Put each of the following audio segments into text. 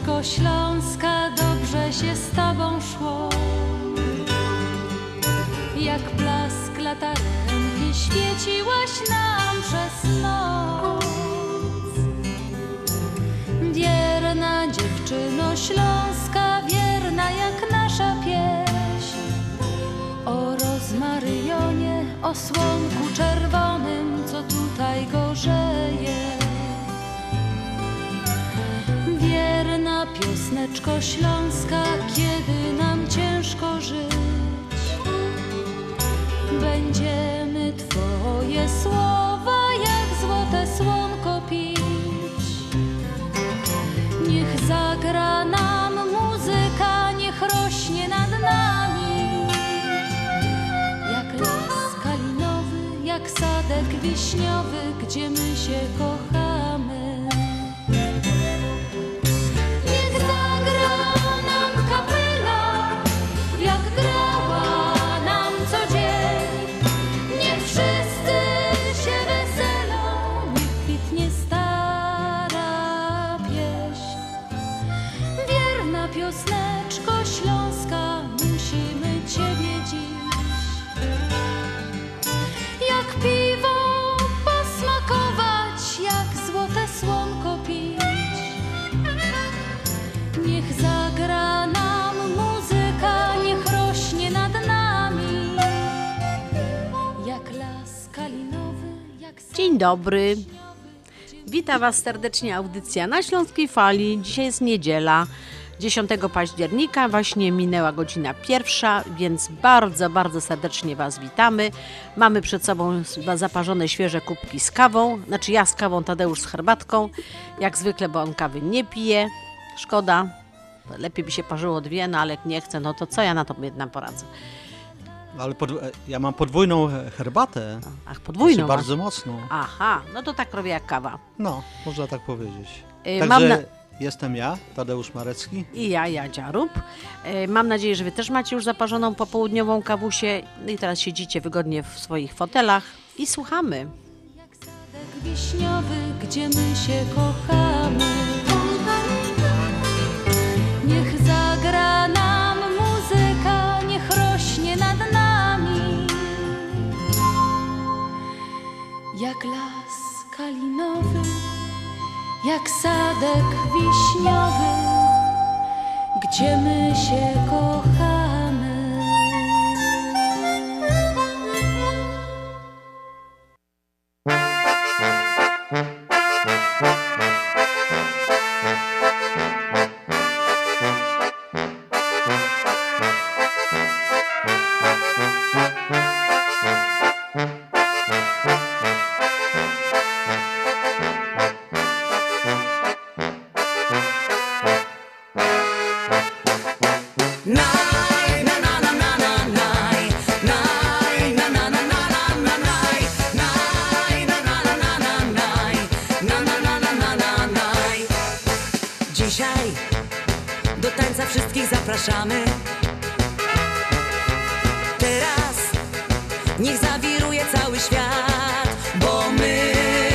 Piosneczko śląska, dobrze się z tobą szło. Jak blask latarenki świeciłaś nam przez noc. Wierna dziewczyno śląska, wierna jak nasza pieśń. O rozmaryjonie, o słonku czerwonym, co tutaj gorzeje. Wierna piosneczko śląska, kiedy nam ciężko żyć, będziemy twoje słowa jak złote słonko pić. Niech zagra nam muzyka, niech rośnie nad nami. Jak las kalinowy, jak sadek wiśniowy, gdzie my się kochamy. Niech zagra nam kapela, jak grała nam co dzień. Niech wszyscy się weselą, niech kwitnie stara pieśń. Wierna piosneczko śląska, musimy ciebie dziś jak piwo posmakować, jak złote słonko pić. Niech zagra nam muzyka, niech rośnie nad nami. Jak las kalinowy, jak Dzień dobry. Witam Was serdecznie, audycja na Śląskiej Fali. Dzisiaj jest niedziela, 10 października, właśnie minęła godzina 1, więc bardzo, bardzo serdecznie Was witamy. Mamy przed sobą zaparzone świeże kubki z kawą, znaczy ja z kawą, Tadeusz z herbatką. Jak zwykle, bo on kawy nie pije. Szkoda, lepiej by się parzyło dwie, no ale jak nie chce, no to co ja na to jednak poradzę. Ale ja mam podwójną herbatę. Ach, podwójną masz? Bardzo mocną. Aha, no to tak robię jak kawa. No, można tak powiedzieć. Mam Także jestem ja, Tadeusz Marecki. I ja Dziarub. Mam nadzieję, że Wy też macie już zaparzoną popołudniową kawusię i teraz siedzicie wygodnie w swoich fotelach i słuchamy. jak sadek wiśniowy, gdzie my się kochamy. Niech zagra nam muzyka, niech rośnie nad nami. Jak las kalinowy, jak sadek wiśniowy, gdzie my się kochamy. Dzisiaj do tańca wszystkich zapraszamy. Teraz niech zawiruje cały świat, bo my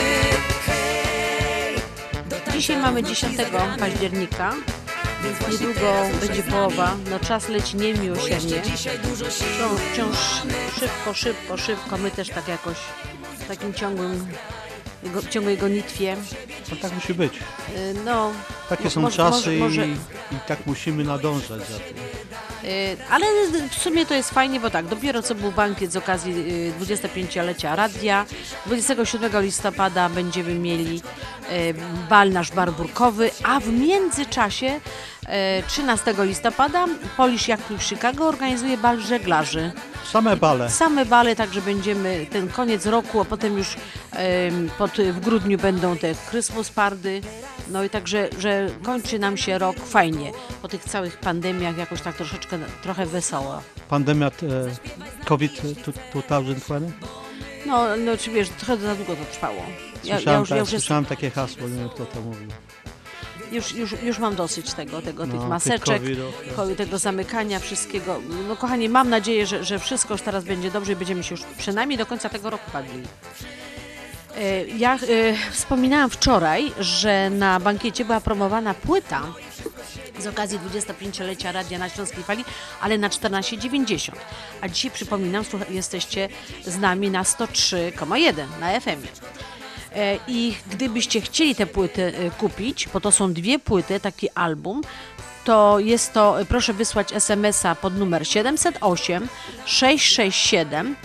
hej, do tańca Dzisiaj mamy równo 10 ci zagramy. października. Więc właśnie Niedługo teraz będzie ruszaj z połowa. nami, No czas leci bo niemiłosiernie. jeszcze dzisiaj dużo sił Wciąż mamy. szybko. My też tak jakoś w takim ciągłej gonitwie. To tak musi być. No, Takie są czasy i tak musimy nadążać za tym. ale w sumie to jest fajnie, bo tak, dopiero co był bankiet z okazji 25-lecia radia. 27 listopada będziemy mieli bal nasz barburkowy, a w międzyczasie 13 listopada Polish Yacht Club Chicago organizuje bal żeglarzy. Same bale. Także będziemy ten koniec roku, a potem już w grudniu będą te Christmas party. No i także, że kończy nam się rok fajnie. Po tych całych pandemiach jakoś tak trochę wesoło. Pandemia COVID-2020? No czy wiesz, trochę za długo to trwało. Słyszałem takie hasło, nie wiem kto to mówił. Już mam dosyć tych maseczek, COVID-ów. tego zamykania wszystkiego. No kochani, mam nadzieję, że wszystko już teraz będzie dobrze i będziemy się już przynajmniej do końca tego roku bawili. Ja wspominałam wczoraj, że na bankiecie była promowana płyta z okazji 25-lecia Radia na Śląskiej Fali, ale na 14,90. A dzisiaj przypominam, jesteście z nami na 103,1 na FM-ie. I gdybyście chcieli te płyty kupić, bo to są 2 płyty, taki album, to jest to, proszę wysłać SMS-a pod numer 708 667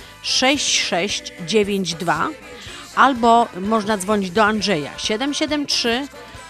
6692 albo można dzwonić do Andrzeja 773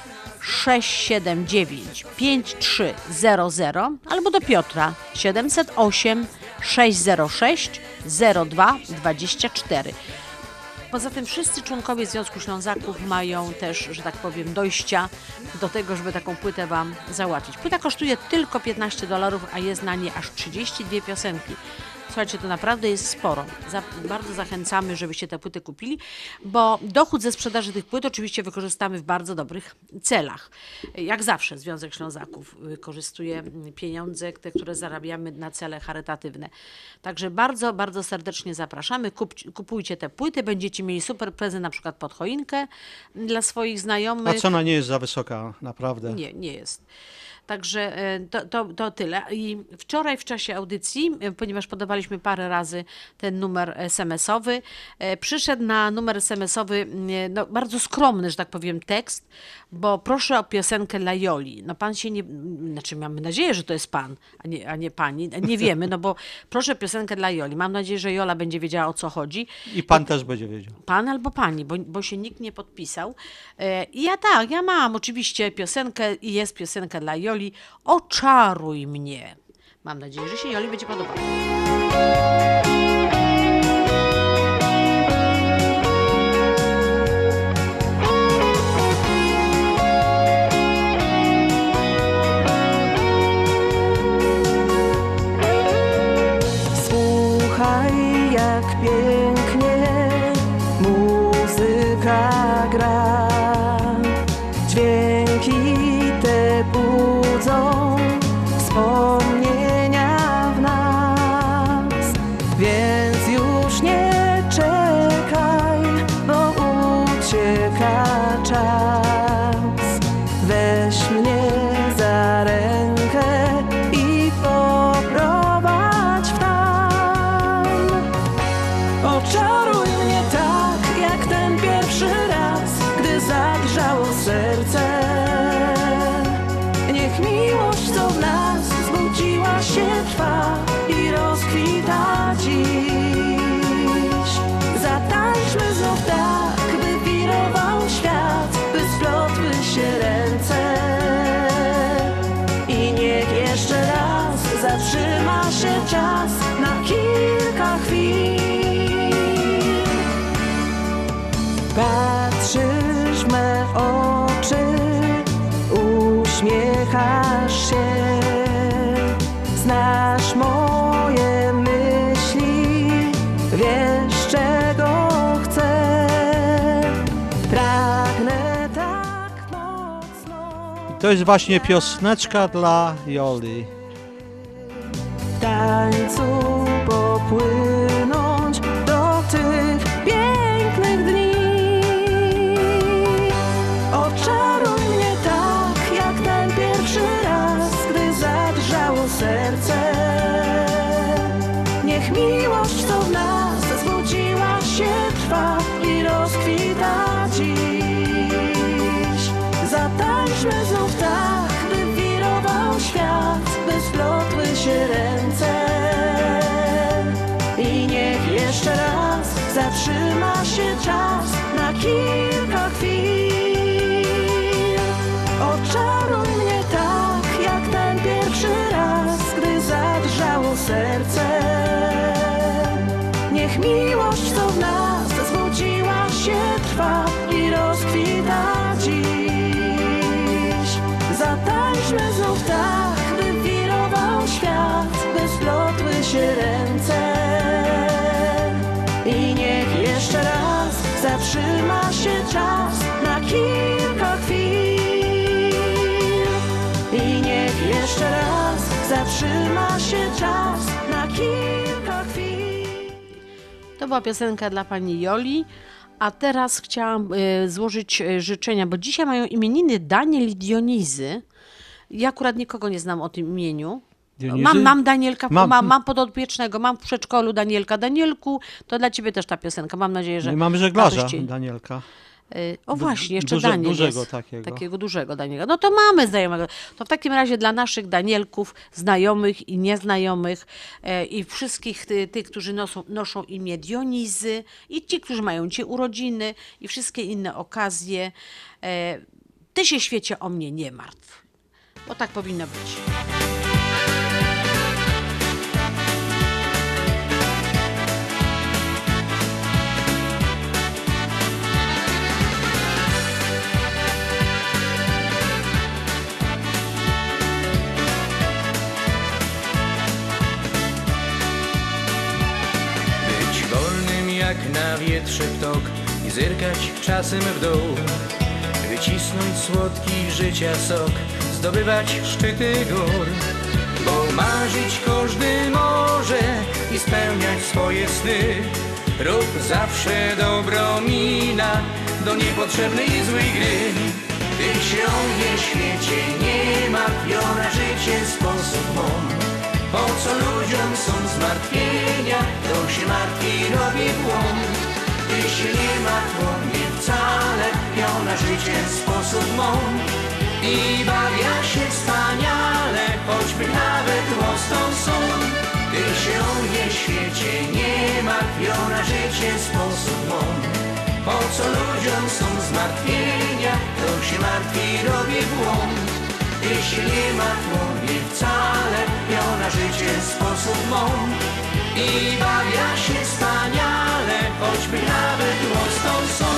679 5300 albo do Piotra 708 606 0224. Poza tym wszyscy członkowie Związku Ślązaków mają też, że tak powiem, dojścia do tego, żeby taką płytę Wam załatwić. Płyta kosztuje tylko $15, a jest na niej aż 32 piosenki. Słuchajcie, to naprawdę jest sporo. Bardzo zachęcamy, żebyście te płyty kupili, bo dochód ze sprzedaży tych płyt oczywiście wykorzystamy w bardzo dobrych celach. Jak zawsze Związek Ślązaków wykorzystuje pieniądze, te, które zarabiamy na cele charytatywne. Także bardzo, bardzo serdecznie zapraszamy. Kupujcie te płyty, będziecie mieli super prezent, na przykład pod choinkę dla swoich znajomych. A cena nie jest za wysoka, naprawdę. Nie jest. Także to tyle. I wczoraj w czasie audycji, ponieważ podawaliśmy parę razy ten numer SMS-owy, przyszedł na numer SMS-owy no, bardzo skromny, że tak powiem, tekst, bo proszę o piosenkę dla Joli. No pan się nie... Znaczy mamy nadzieję, że to jest pan, a nie pani. Nie wiemy, no bo proszę piosenkę dla Joli. Mam nadzieję, że Jola będzie wiedziała, o co chodzi. I pan też będzie wiedział. Pan albo pani, bo się nikt nie podpisał. I ja mam oczywiście piosenkę i jest piosenka dla Joli. Oczaruj mnie. Mam nadzieję, że się Joli będzie podobało. Słuchaj, jak pięknie muzyka gra. Dźwięki te budzą wspomnienia w nas, więc już nie czekaj, bo ucieka czas. Weź mnie za rękę i poprowadź w tam. Oczaruj mnie tak, jak ten pierwszy raz, gdy zagrzało serce. Niech miłość, co w nas zbudziła się, trwa i rozkwita dziś. Zatańczmy znów tak, by wirował świat, by splotły się ręce. I niech jeszcze raz zatrzyma się czas na kilka chwil. Patrzysz w me oczy, uśmiechasz się, znasz moje myśli, wiesz, czego chcę. Pragnę tak mocno. I to jest właśnie pioseneczka dla Joli. W tańcu popłynąć do tych pięknych dni. Oczaruj mnie tak, jak ten pierwszy raz, gdy zadrżało serce. Niech miłość, co w nas zbudziła się, trwa i rozkwita dziś. Zatańczmy znów tak, by wirował świat, by splotły się ręce. I niech jeszcze raz zatrzyma się czas na kilka chwil. Oczaruj mnie tak, jak ten pierwszy raz, gdy zadrżało serce. Niech miłość, co w nas zbudziła się, trwa i rozkwita dziś. Zatańczmy znów tak, by wirował świat, by splotły się ręce. I niech jeszcze raz zatrzyma się czas na kilka chwil. I niech jeszcze raz zatrzyma się czas na kilka chwil. To była piosenka dla pani Joli, a teraz chciałam złożyć życzenia, bo dzisiaj mają imieniny Daniel i Dionizy. Ja akurat nikogo nie znam o tym imieniu. Dionizy? Mam Danielka, Mam. mam podopiecznego, mam w przedszkolu Danielka. Danielku, to dla ciebie też ta piosenka. Mam nadzieję, że... No i mamy żeglarza tatuś ci- Danielka. O właśnie, jeszcze duże- Daniel dużego jest. takiego. Takiego dużego Daniela. No to mamy znajomego. To w takim razie dla naszych Danielków, znajomych i nieznajomych i wszystkich tych, którzy noszą imię Dionizy i ci, którzy mają dzisiaj urodziny i wszystkie inne okazje. Ty się, świecie, o mnie nie martw, bo tak powinno być. Być wolnym jak na wietrze ptok i zerkać czasem w dół. Wycisnąć słodki życia sok, zdobywać szczyty gór. Bo marzyć każdy może i spełniać swoje sny. Rób zawsze dobro mina do niepotrzebnej złej gry. Ty się o mnie, świecie, nie martw, na życie sposób mą. Po co ludziom są zmartwienia, to się martwi, robi błąd. Ty się nie martw o mnie wcale, ja na życie sposób mą. I bawia się wspaniale, choćby nawet łostą są. Ty się o mnie, świecie, nie martw, ja na życie sposób mą. Po co ludziom są zmartwienia, to się martwi, robi błąd. Ty się nie martw o mnie wcale, ja na życie sposób mą. I bawia się wspaniale, choćby nawet łostą są.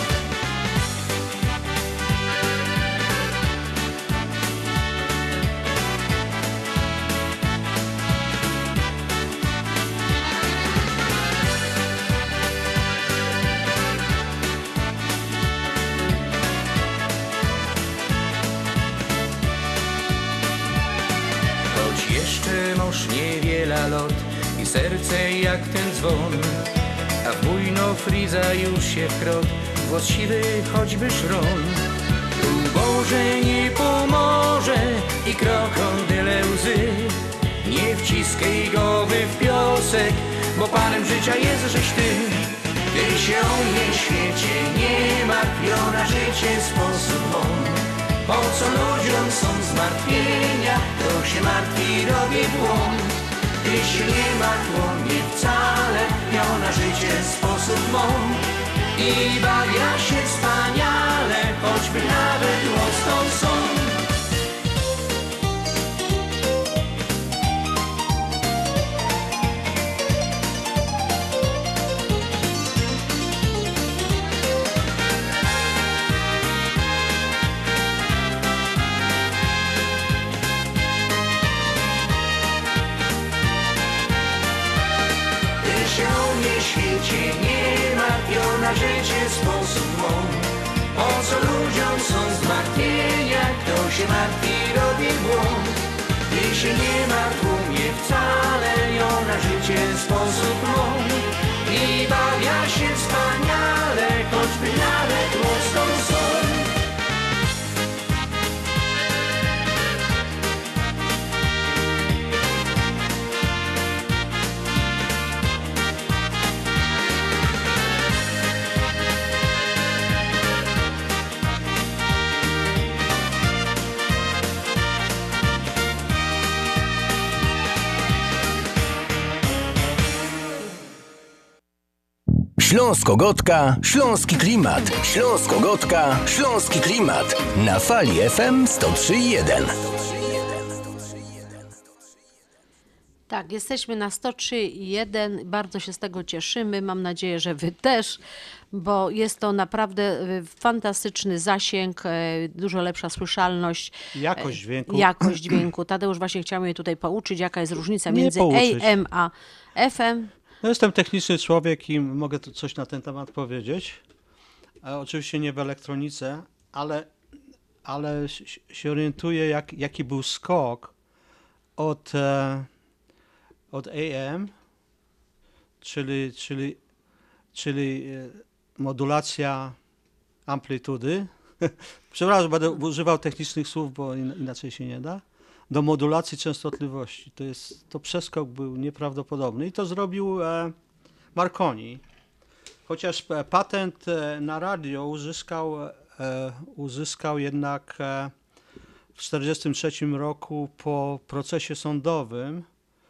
Choć jeszcze masz niewiele lat i serce jak ten dzwon, a w bujno friza już się wkrot, włos siwy choćby szron. Tu Boże nie pomoże i krokodyle łzy, nie wciskaj głowy w piosek, bo Panem życia jest żeś Ty. Ty się o mnie, świecie, nie martw, ja na życie sposób mą. Po co ludziom są zmartwienia, to się martwi, robi błąd. Ty się nie martw o mnie wcale, ja na życie sposób mą. I bawia się wspaniale, choćby nawet łostą są. Świecie nie martw, ja na życie sposób mą. Po co ludziom są zmartwienia, kto się martwi, robi błąd. Ty się nie martw o mnie wcale, ja na życie sposób mą. I bawia się wspaniale, choćby nawet łostą są. Śląsko-Gotka, śląski klimat. Śląsko-Gotka, śląski klimat. Na fali FM 103,1. Tak, jesteśmy na 103,1. Bardzo się z tego cieszymy. Mam nadzieję, że wy też, bo jest to naprawdę fantastyczny zasięg, dużo lepsza słyszalność. Jakość dźwięku. Jakość dźwięku. Tadeusz właśnie chciał mnie tutaj pouczyć, jaka jest różnica Nie między pouczyć. AM a FM. No, jestem techniczny człowiek i mogę tu coś na ten temat powiedzieć. Oczywiście nie w elektronice, ale się orientuję, jaki był skok od AM, czyli modulacja amplitudy przepraszam, będę używał technicznych słów, bo inaczej się nie da, do modulacji częstotliwości. To przeskok był nieprawdopodobny i to zrobił Marconi. Chociaż patent na radio uzyskał jednak w 1943 roku po procesie sądowym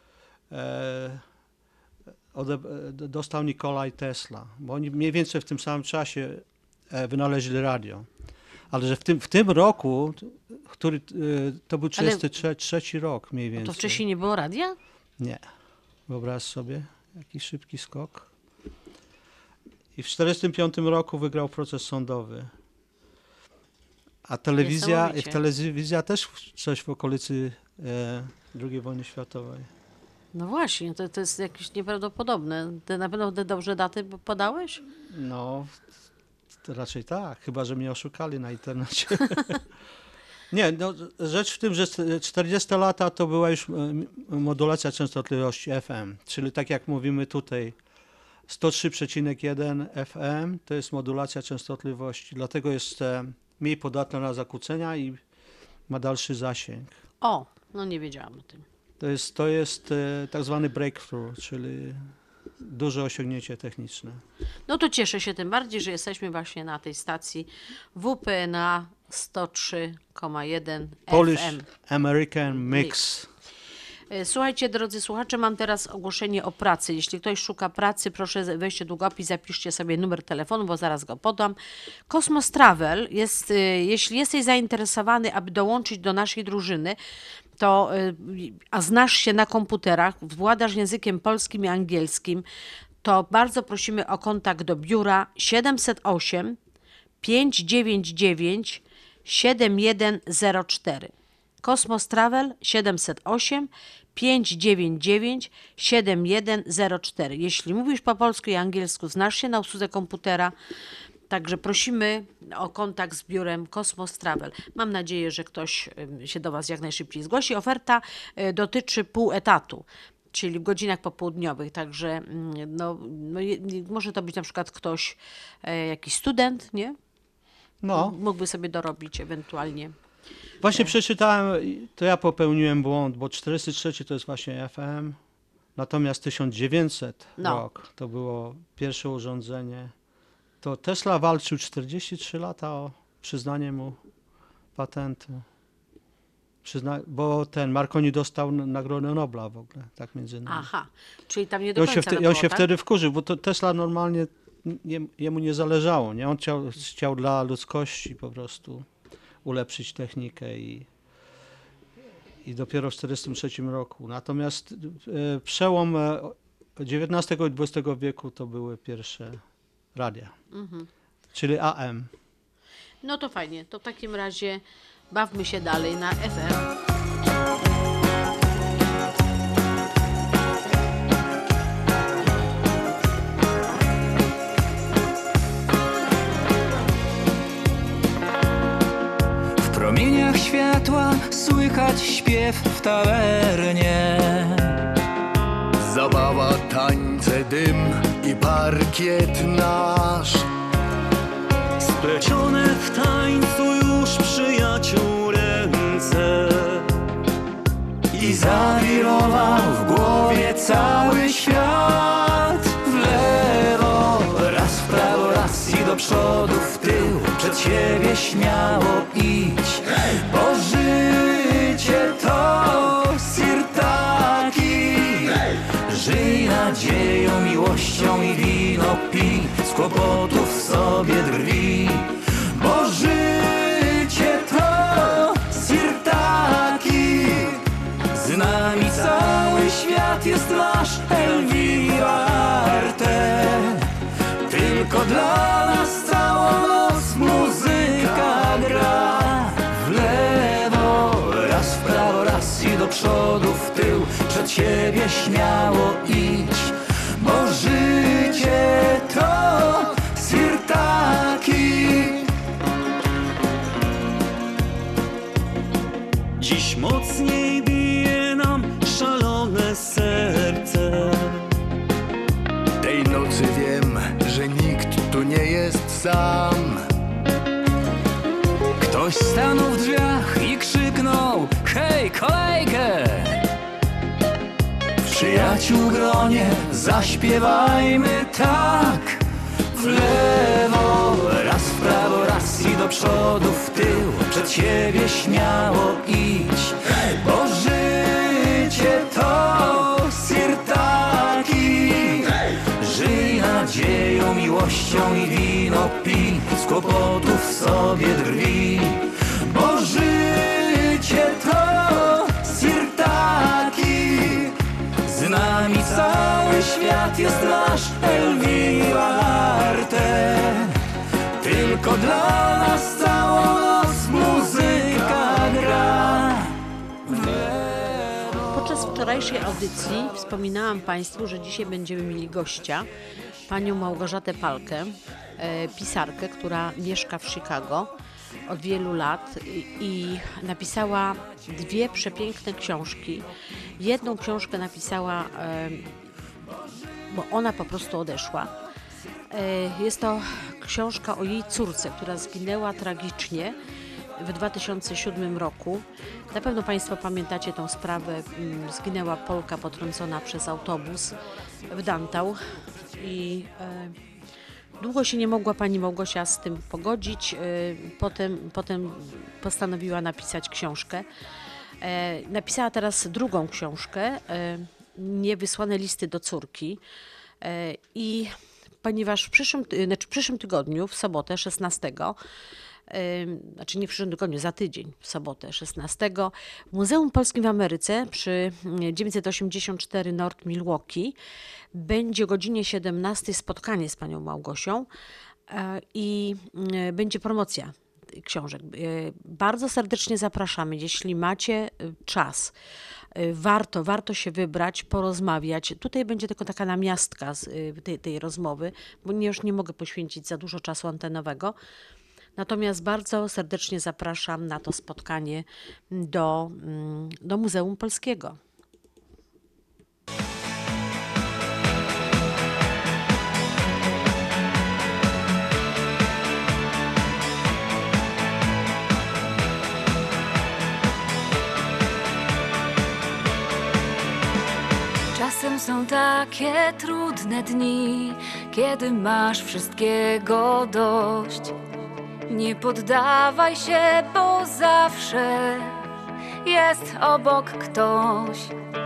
dostał Nikolaj Tesla, bo oni mniej więcej w tym samym czasie wynaleźli radio. Ale że w tym roku, to był 1933 rok mniej więcej. To wcześniej nie było radia? Nie. Wyobraź sobie, jaki szybki skok. I w 1945 roku wygrał proces sądowy. A telewizja też coś w okolicy II wojny światowej. No właśnie, to jest jakieś nieprawdopodobne. Ty na pewno te dobrze daty podałeś? No, to raczej tak, chyba że mnie oszukali na internecie. Nie, no, rzecz w tym, że 40 lata to była już modulacja częstotliwości FM, czyli tak jak mówimy tutaj, 103,1 FM to jest modulacja częstotliwości, dlatego jest mniej podatna na zakłócenia i ma dalszy zasięg. O, no nie wiedziałam o tym. To jest tak zwany breakthrough, czyli duże osiągnięcie techniczne. No to cieszę się tym bardziej, że jesteśmy właśnie na tej stacji WP na 103,1 Polish FM. American Mix. Słuchajcie, drodzy słuchacze, mam teraz ogłoszenie o pracy. Jeśli ktoś szuka pracy, proszę weźcie długopis, zapiszcie sobie numer telefonu, bo zaraz go podam. Kosmos Travel jest, jeśli jesteś zainteresowany, aby dołączyć do naszej drużyny, a znasz się na komputerach, władasz językiem polskim i angielskim, to bardzo prosimy o kontakt do biura 708 599 7104. Kosmos Travel 708 599 7104. Jeśli mówisz po polsku i angielsku, znasz się na obsłudze komputera, także prosimy o kontakt z biurem Kosmos Travel. Mam nadzieję, że ktoś się do Was jak najszybciej zgłosi. Oferta dotyczy pół etatu, czyli w godzinach popołudniowych, także może to być na przykład ktoś, jakiś student, nie? No. Mógłby sobie dorobić ewentualnie. Właśnie przeczytałem, to ja popełniłem błąd, bo 43 to jest właśnie FM, natomiast 1900 rok to było pierwsze urządzenie. To Tesla walczył 43 lata o przyznanie mu patentu. Bo ten Marconi dostał Nagrodę Nobla w ogóle, tak między innymi. Aha, czyli tam nie do końca on się wtedy wkurzył, bo to Tesla normalnie jemu nie zależało, nie? On chciał dla ludzkości po prostu ulepszyć technikę i dopiero w 1943 roku. Natomiast przełom XIX i XX wieku to były pierwsze radia, czyli AM. No to fajnie, to w takim razie bawmy się dalej na FM. W promieniach światła słychać śpiew w tawernie. Zabawa, tańce, dym i parkiet nasz. Splecione w tańcu już przyjaciół ręce. I zawirował w głowie cały świat. W lewo, raz w prawo, raz i do przodu, w tył. Przed siebie śmiało idź, bo życie to sirtaki. Żyj nadzieją, miłością i wino pij, z kłopotów sobie drwi, bo życie to sirtaki. Z nami cały świat jest nasz, Elvira Arte. Tylko dla nas całą noc muzyka gra. W lewo, raz w prawo, raz i do przodu, w tył. Przed siebie śmiało idź, bo życie to sirtaki. Dziś mocniej bije nam szalone serce. Tej nocy wiem, że nikt tu nie jest sam. Ktoś stanął w drzwiach i krzyknął: hej, kolejkę! W przyjaciół gronie zaśpiewajmy tak. W lewo, raz w prawo, raz i do przodu, w tył. Przed siebie śmiało idź, bo życie to sirtaki. Żyj nadzieją, miłością i wino pij, z kłopotów sobie drwi. Bo życie to sirtaki. Z nami cały świat jest nasz, Elvira Arte. Tylko dla nas całą noc muzyka gra. Podczas wczorajszej audycji wspominałam Państwu, że dzisiaj będziemy mieli gościa, panią Małgorzatę Palkę, pisarkę, która mieszka w Chicago od wielu lat i napisała 2 przepiękne książki. Jedną książkę napisała, bo ona po prostu odeszła. Jest to książka o jej córce, która zginęła tragicznie w 2007 roku. Na pewno Państwo pamiętacie tą sprawę. Zginęła Polka potrącona przez autobus w Dantał i długo się nie mogła pani Małgosia z tym pogodzić. Potem postanowiła napisać książkę. Napisała teraz drugą książkę, Niewysłane listy do córki. I ponieważ w przyszłym tygodniu, w sobotę 16, znaczy nie w przyszłym tygodniu, za tydzień, w sobotę 16, w Muzeum Polskim w Ameryce przy 984 North Milwaukee będzie o godzinie 17 spotkanie z panią Małgosią i będzie promocja książek. Bardzo serdecznie zapraszamy, jeśli macie czas. Warto się wybrać, porozmawiać. Tutaj będzie tylko taka namiastka z tej rozmowy, bo już nie mogę poświęcić za dużo czasu antenowego. Natomiast bardzo serdecznie zapraszam na to spotkanie do Muzeum Polskiego. Czasem są takie trudne dni, kiedy masz wszystkiego dość. Nie poddawaj się, bo zawsze jest obok ktoś.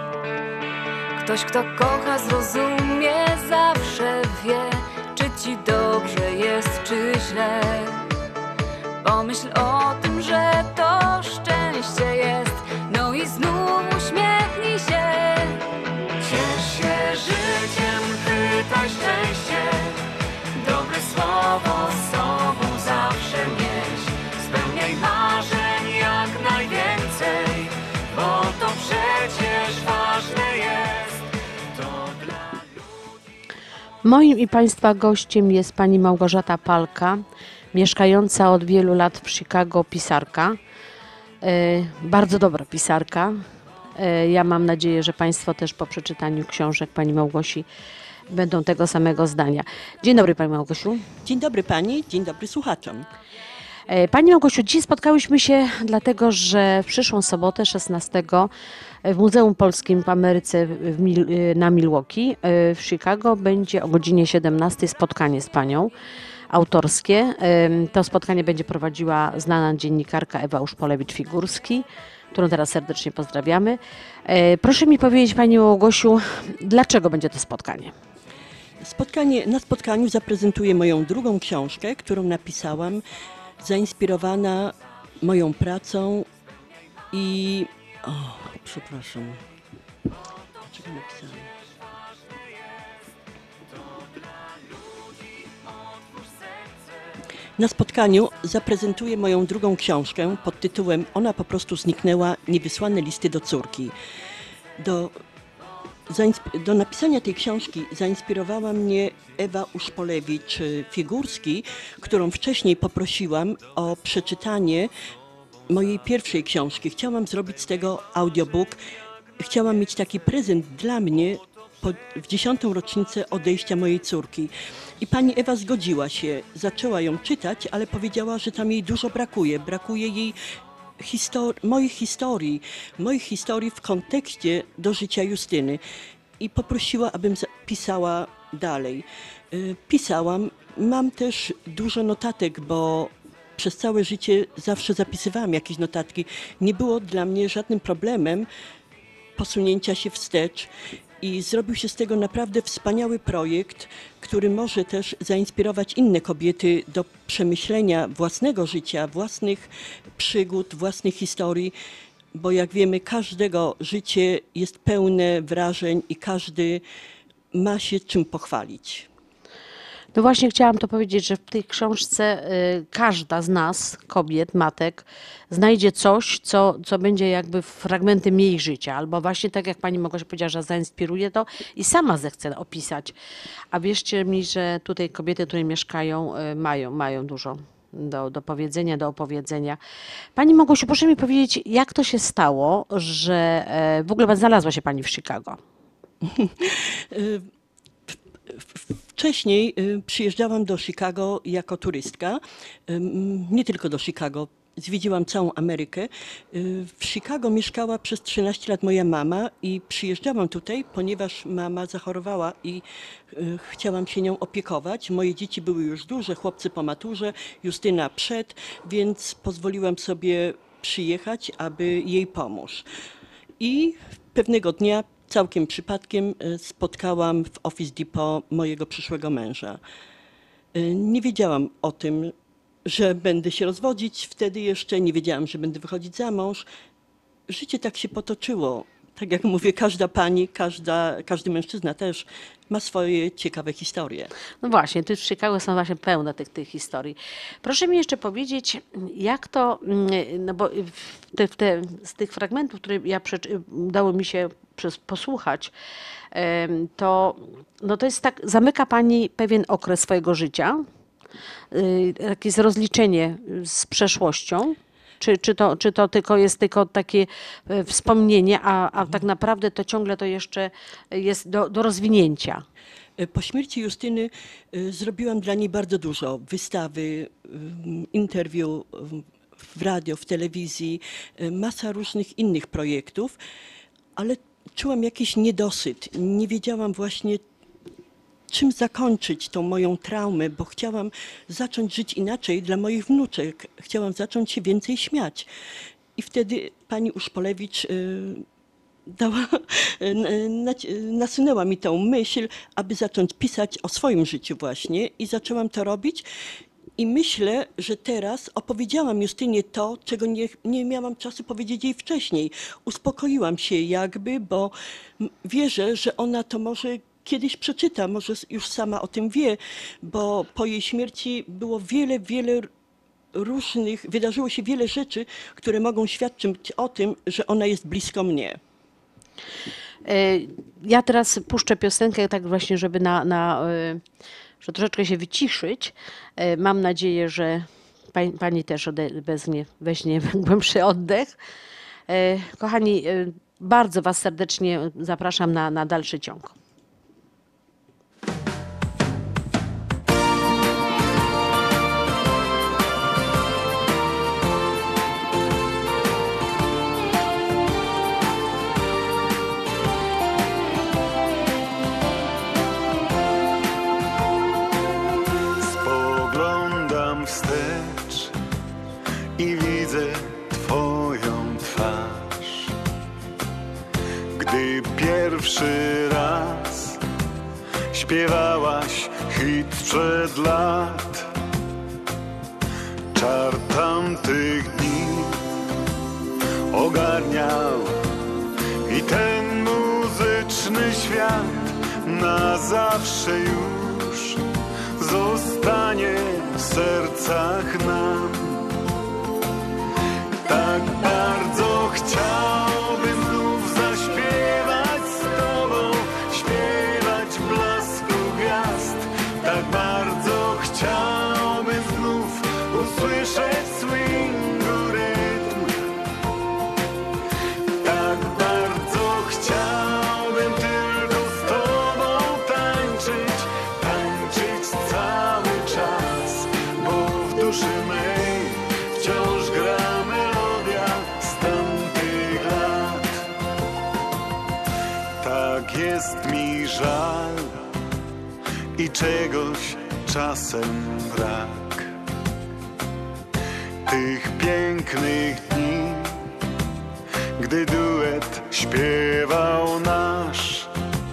Ktoś, kto kocha, zrozumie, zawsze wie, czy ci dobrze jest, czy źle. Pomyśl o tym, że to szczęście jest, no i znów uśmiechnij się. Ciesz się życiem, pytaj szczęście, dobre słowo z sobą zawsze nieś. Spełniaj marzeń jak najwięcej, bo to przecież ważne jest. To dla... Moim i Państwa gościem jest pani Małgorzata Palka, mieszkająca od wielu lat w Chicago, pisarka. Bardzo dobra pisarka. Ja mam nadzieję, że Państwo też po przeczytaniu książek pani Małgosi będą tego samego zdania. Dzień dobry pani Małgosiu. Dzień dobry pani, dzień dobry słuchaczom. Pani Małgosiu, dziś spotkałyśmy się dlatego, że w przyszłą sobotę 16 w Muzeum Polskim w Ameryce na Milwaukee w Chicago będzie o godzinie 17 spotkanie z panią autorskie. To spotkanie będzie prowadziła znana dziennikarka Ewa Uszpolewicz-Figurski, którą teraz serdecznie pozdrawiamy. Proszę mi powiedzieć, pani Małgosiu, dlaczego będzie to spotkanie? Na spotkaniu zaprezentuję moją drugą książkę, którą napisałam, zainspirowana moją pracą i... przepraszam. Dlaczego napisałam? Na spotkaniu zaprezentuję moją drugą książkę pod tytułem Ona po prostu zniknęła, niewysłane listy do córki. Do napisania tej książki zainspirowała mnie Ewa Uszpolewicz-Figurski, którą wcześniej poprosiłam o przeczytanie mojej pierwszej książki. Chciałam zrobić z tego audiobook. Chciałam mieć taki prezent dla mnie w 10. rocznicę odejścia mojej córki. I pani Ewa zgodziła się, zaczęła ją czytać, ale powiedziała, że tam jej dużo brakuje. Brakuje jej moich historii w kontekście do życia Justyny. I poprosiła, abym pisała dalej. Pisałam, mam też dużo notatek, bo przez całe życie zawsze zapisywałam jakieś notatki. Nie było dla mnie żadnym problemem posunięcia się wstecz i zrobił się z tego naprawdę wspaniały projekt, który może też zainspirować inne kobiety do przemyślenia własnego życia, własnych przygód, własnych historii, bo jak wiemy, każdego życie jest pełne wrażeń i każdy ma się czym pochwalić. No właśnie chciałam to powiedzieć, że w tej książce każda z nas, kobiet, matek, znajdzie coś, co będzie jakby fragmentem jej życia. Albo właśnie tak jak pani Małgosia powiedziała, że zainspiruje to i sama zechce opisać. A wierzcie mi, że tutaj kobiety, które mieszkają, mają dużo do powiedzenia, do opowiedzenia. Pani Małgosiu, proszę mi powiedzieć, jak to się stało, że w ogóle znalazła się pani w Chicago? Wcześniej przyjeżdżałam do Chicago jako turystka, nie tylko do Chicago, zwiedziłam całą Amerykę. W Chicago mieszkała przez 13 lat moja mama i przyjeżdżałam tutaj, ponieważ mama zachorowała i chciałam się nią opiekować. Moje dzieci były już duże, chłopcy po maturze, Justyna przed, więc pozwoliłam sobie przyjechać, aby jej pomóc. I pewnego dnia całkiem przypadkiem spotkałam w Office Depot mojego przyszłego męża. Nie wiedziałam o tym, że będę się rozwodzić, wtedy jeszcze nie wiedziałam, że będę wychodzić za mąż. Życie tak się potoczyło. Tak jak mówię, każda pani, każdy mężczyzna też ma swoje ciekawe historie. No właśnie, tu w Chicago są właśnie pełne tych historii. Proszę mi jeszcze powiedzieć, jak to, no bo z tych fragmentów, które udało mi się posłuchać, to jest tak, zamyka pani pewien okres swojego życia, jakieś rozliczenie z przeszłością. Czy to tylko jest takie wspomnienie, a tak naprawdę to ciągle to jeszcze jest do rozwinięcia? Po śmierci Justyny zrobiłam dla niej bardzo dużo. Wystawy, interwiu w radio, w telewizji, masa różnych innych projektów, ale czułam jakiś niedosyt. Nie wiedziałam właśnie, czym zakończyć tą moją traumę, bo chciałam zacząć żyć inaczej dla moich wnuczek. Chciałam zacząć się więcej śmiać. I wtedy pani Uszpolewicz nasunęła mi tę myśl, aby zacząć pisać o swoim życiu właśnie i zaczęłam to robić. I myślę, że teraz opowiedziałam Justynie to, czego nie miałam czasu powiedzieć jej wcześniej. Uspokoiłam się jakby, bo wierzę, że ona to może kiedyś przeczyta, może już sama o tym wie, bo po jej śmierci było wiele różnych, wydarzyło się wiele rzeczy, które mogą świadczyć o tym, że ona jest blisko mnie. Ja teraz puszczę piosenkę tak właśnie, żeby że troszeczkę się wyciszyć. Mam nadzieję, że pani też weźmie głębszy oddech. Kochani, bardzo was serdecznie zapraszam na dalszy ciąg. Wstecz i widzę twoją twarz. Gdy pierwszy raz śpiewałaś hit sprzed lat, czar tamtych dni ogarniał i ten muzyczny świat na zawsze już zostanie w sercach nam. Tak bardzo chciałbym znów zaśpiewać z tobą, śpiewać w blasku gwiazd. Tak bardzo chciałbym znów usłyszeć swingu rytm. Tak bardzo chciałbym tylko z tobą duszy mej wciąż gra melodia z tamtych lat. Tak jest mi żal i czegoś czasem brak. Tych pięknych dni, gdy duet śpiewał nasz.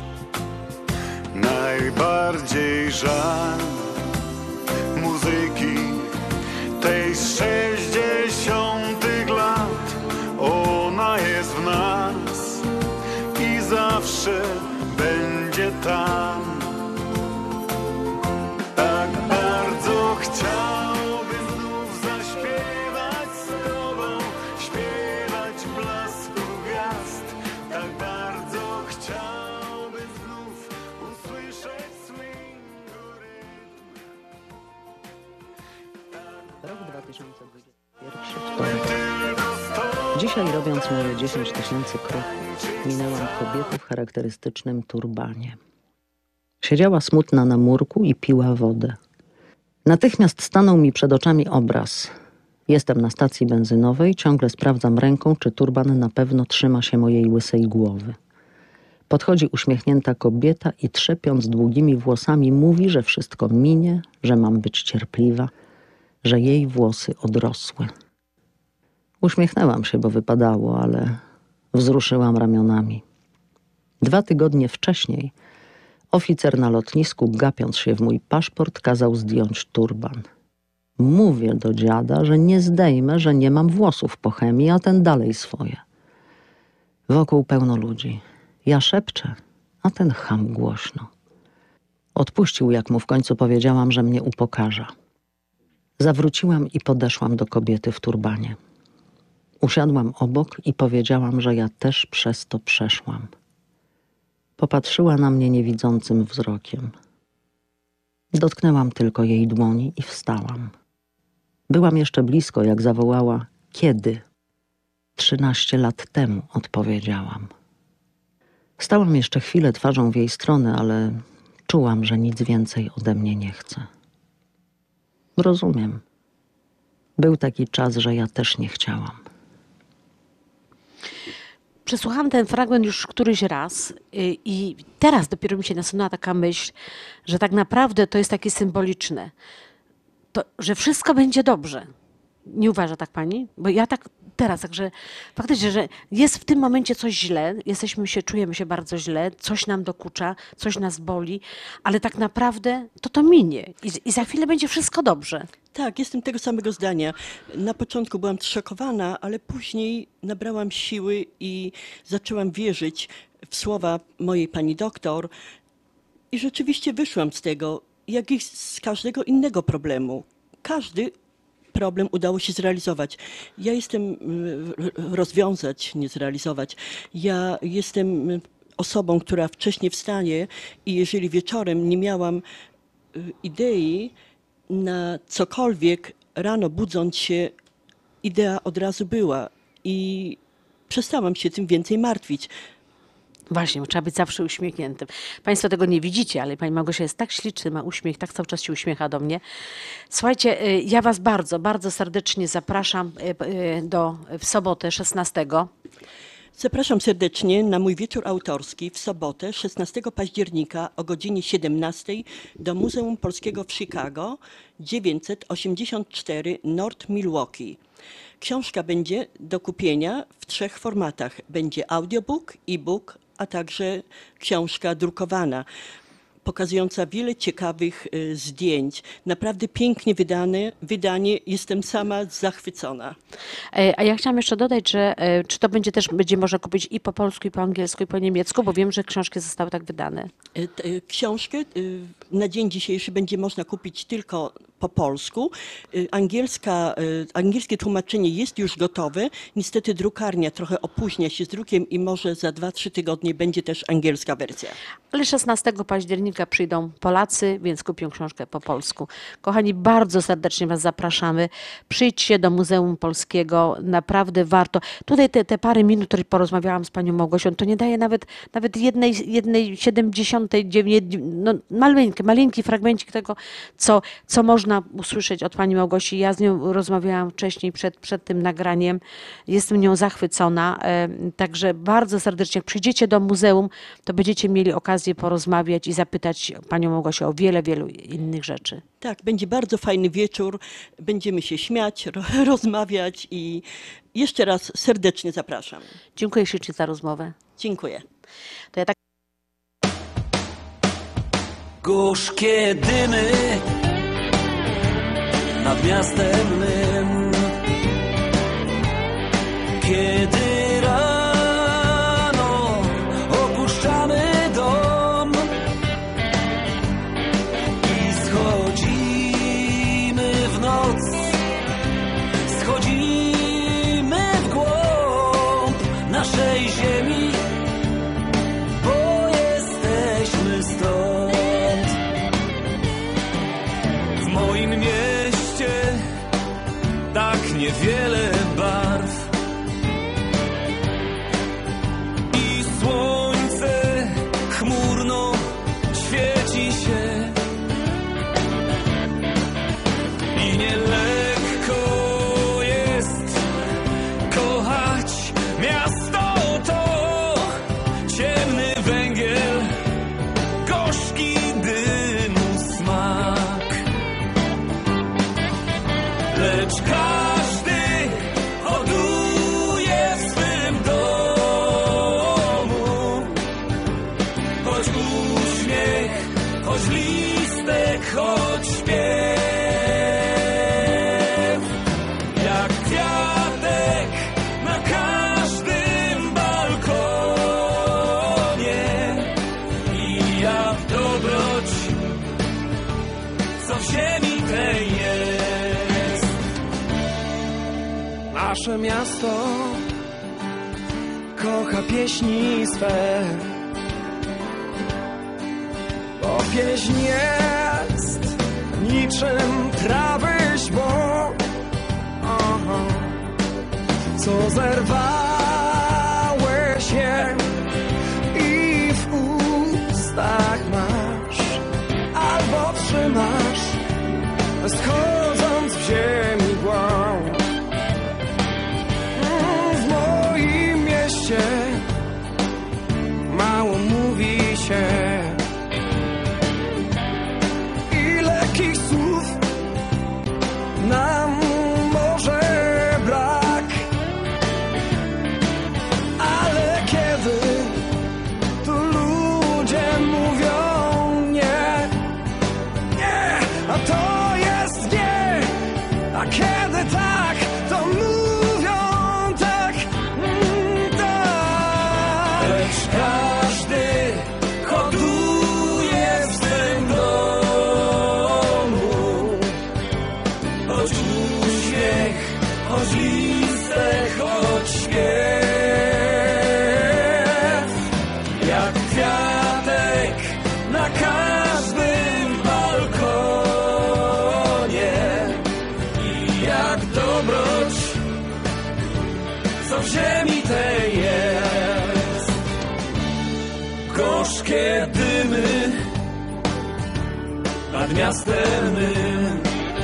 Najbardziej żal muzyki tej z 60 lat. Ona jest w nas i zawsze będzie tam. Tak bardzo chciałbym znów zaśpiewać z tobą, śpiewać w blasku gwiazd. Tak bardzo chciałbym znów usłyszeć swingu rytm. Rok 2021. Dzisiaj, robiąc moje 10 000 kroków, minęłam kobietę w charakterystycznym turbanie. Siedziała smutna na murku i piła wodę. Natychmiast stanął mi przed oczami obraz. Jestem na stacji benzynowej, ciągle sprawdzam ręką, czy turban na pewno trzyma się mojej łysej głowy. Podchodzi uśmiechnięta kobieta i trzepiąc długimi włosami mówi, że wszystko minie, że mam być cierpliwa, że jej włosy odrosły. Uśmiechnęłam się, bo wypadało, ale wzruszyłam ramionami. 2 tygodnie wcześniej oficer na lotnisku, gapiąc się w mój paszport, kazał zdjąć turban. Mówię do dziada, że nie zdejmę, że nie mam włosów po chemii, a ten dalej swoje. Wokół pełno ludzi. Ja szepczę, a ten cham głośno. Odpuścił, jak mu w końcu powiedziałam, że mnie upokarza. Zawróciłam i podeszłam do kobiety w turbanie. Usiadłam obok i powiedziałam, że ja też przez to przeszłam. Popatrzyła na mnie niewidzącym wzrokiem. Dotknęłam tylko jej dłoni i wstałam. Byłam jeszcze blisko, jak zawołała: kiedy? 13 lat temu, odpowiedziałam. Stałam jeszcze chwilę twarzą w jej stronę, ale czułam, że nic więcej ode mnie nie chce. Rozumiem. Był taki czas, że ja też nie chciałam. Przesłuchałam ten fragment już któryś raz i teraz dopiero mi się nasunęła taka myśl, że tak naprawdę to jest takie symboliczne, to, że wszystko będzie dobrze. Nie uważa tak pani? Bo ja tak teraz, także faktycznie, że jest w tym momencie coś źle, czujemy się bardzo źle, coś nam dokucza, coś nas boli, ale tak naprawdę to minie i za chwilę będzie wszystko dobrze. Tak, jestem tego samego zdania. Na początku byłam szokowana, ale później nabrałam siły i zaczęłam wierzyć w słowa mojej pani doktor i rzeczywiście wyszłam z tego, jak i z każdego innego problemu. Każdy problem udało się zrealizować. Ja jestem, nie zrealizować. Ja jestem osobą, która wcześniej wstanie i jeżeli wieczorem nie miałam idei na cokolwiek, rano budząc się, idea od razu była i przestałam się tym więcej martwić. Właśnie, trzeba być zawsze uśmiechniętym. Państwo tego nie widzicie, ale pani Małgosia jest tak śliczna, ma uśmiech, tak cały czas się uśmiecha do mnie. Słuchajcie, ja was bardzo, bardzo serdecznie zapraszam w sobotę 16. Zapraszam serdecznie na mój wieczór autorski w sobotę 16 października o godzinie 17 do Muzeum Polskiego w Chicago 984 North Milwaukee. Książka będzie do kupienia w 3 formatach. Będzie audiobook, e-book, a także książka drukowana, pokazująca wiele ciekawych zdjęć. Naprawdę pięknie wydanie. Jestem sama zachwycona. A ja chciałam jeszcze dodać, że czy to będzie można kupić i po polsku, i po angielsku, i po niemiecku, bo wiem, że książki zostały tak wydane. Książkę na dzień dzisiejszy będzie można kupić tylko po polsku. Angielskie tłumaczenie jest już gotowe. Niestety drukarnia trochę opóźnia się z drukiem i może za 2-3 tygodnie będzie też angielska wersja. Ale 16 października przyjdą Polacy, więc kupią książkę po polsku. Kochani, bardzo serdecznie was zapraszamy. Przyjdźcie do Muzeum Polskiego, naprawdę warto. Tutaj te parę minut, które porozmawiałam z panią Małgosią, to nie daje nawet jednej 79, no maleńki fragmencik tego, co można można usłyszeć od pani Małgosi. Ja z nią rozmawiałam wcześniej przed tym nagraniem. Jestem nią zachwycona. Także bardzo serdecznie, jak przyjdziecie do muzeum, to będziecie mieli okazję porozmawiać i zapytać panią Małgosię o wiele innych rzeczy. Tak, będzie bardzo fajny wieczór. Będziemy się śmiać, rozmawiać i jeszcze raz serdecznie zapraszam. Dziękuję ślicznie za rozmowę. Dziękuję. To ja tak... Gorzkie dymy nad miastem mym. Kiedy rano opuszczamy dom i schodzimy w noc, schodzimy w głąb naszej ziemi, bo jesteśmy stąd. W moim mieście tak niewiele barw i słońce chmurno świeci się i nielekko jest kochać miasto to. Ciemny węgiel, gorzki dymu smak, lecz każdy hoduje w swym domu. Choć uśmiech, choć listek, choć śpiew. Jak kwiatek na każdym balkonie i jak dobroć, co w ziemi tej jest. Nasze miasto kocha pieśni swe, bo pieśń jest niczym trawy źbok, co zerwałeś je i w ustach masz, albo trzymasz, schodząc w ziemi głąb. W moim mieście mało mówi się i lekkich słów nam może brak, ale kiedy tu ludzie mówią nie, nie, a to jest nie, a kiedy tak, to mówią tak, tak. Lecz każdy hoduje w swym domu, choć uśmiech, choć listek, choć śpiew. Jak kwiatek na każdym balkonie i jak dobroć, co w ziemi tej jest. Gorzkie dymy nad miastem mym.